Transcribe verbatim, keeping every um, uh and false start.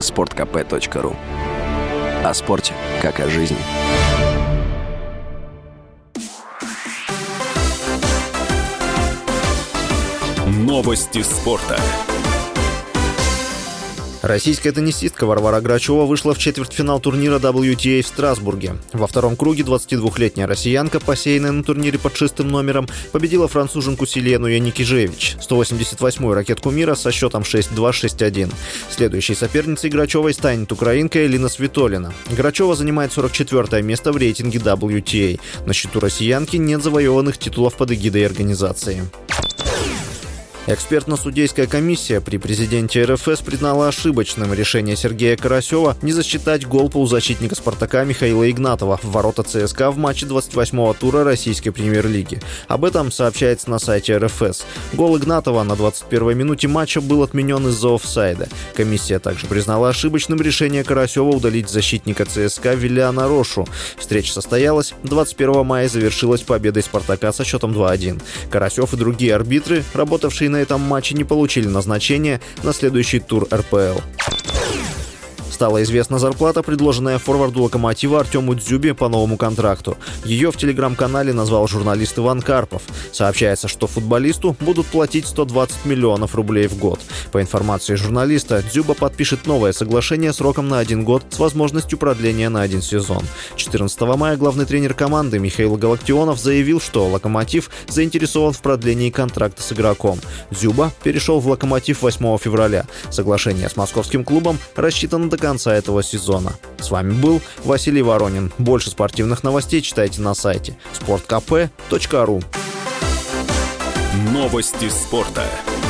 спорт ка пэ точка ру. О спорте, как о жизни. Новости спорта. Российская теннисистка Варвара Грачева вышла в четвертьфинал турнира дабл ю ти эй в Страсбурге. Во втором круге двадцатидвухлетняя россиянка, посеянная на турнире под шестым номером, победила француженку Силену Яникижевич, сто восемьдесят восьмую ракетку мира со счетом шесть-два шесть один. Следующей соперницей Грачевой станет украинка Элина Свитолина. Грачева занимает сорок четвёртое место в рейтинге дабл ю ти эй. На счету россиянки нет завоеванных титулов под эгидой организации. Экспертно-судейская комиссия при президенте эр эф эс признала ошибочным решение Сергея Карасева не засчитать гол полузащитника «Спартака» Михаила Игнатова в ворота ЦСКА в матче двадцать восьмого тура российской премьер-лиги. Об этом сообщается на сайте эр эф эс. Гол Игнатова на двадцать первой минуте матча был отменен из-за офсайда. Комиссия также признала ошибочным решение Карасева удалить защитника ЦСКА Виллиана Рошу. Встреча состоялась двадцать первого мая и завершилась победой «Спартака» со счетом два один. Карасев и другие арбитры, работавшие на этом матче, не получили назначения на следующий тур эр пэ эл. Стала известна зарплата, предложенная форварду «Локомотива» Артему Дзюбе по новому контракту. Ее в телеграм-канале назвал журналист Иван Карпов. Сообщается, что футболисту будут платить сто двадцать миллионов рублей в год. По информации журналиста, Дзюба подпишет новое соглашение сроком на один год с возможностью продления на один сезон. четырнадцатого мая главный тренер команды Михаил Галактионов заявил, что «Локомотив» заинтересован в продлении контракта с игроком. Дзюба перешел в «Локомотив» восьмого февраля. Соглашение с московским клубом рассчитано до конца этого сезона. С вами был Василий Воронин. Больше спортивных новостей читайте на сайте спорт ка пэ точка ру. Новости спорта.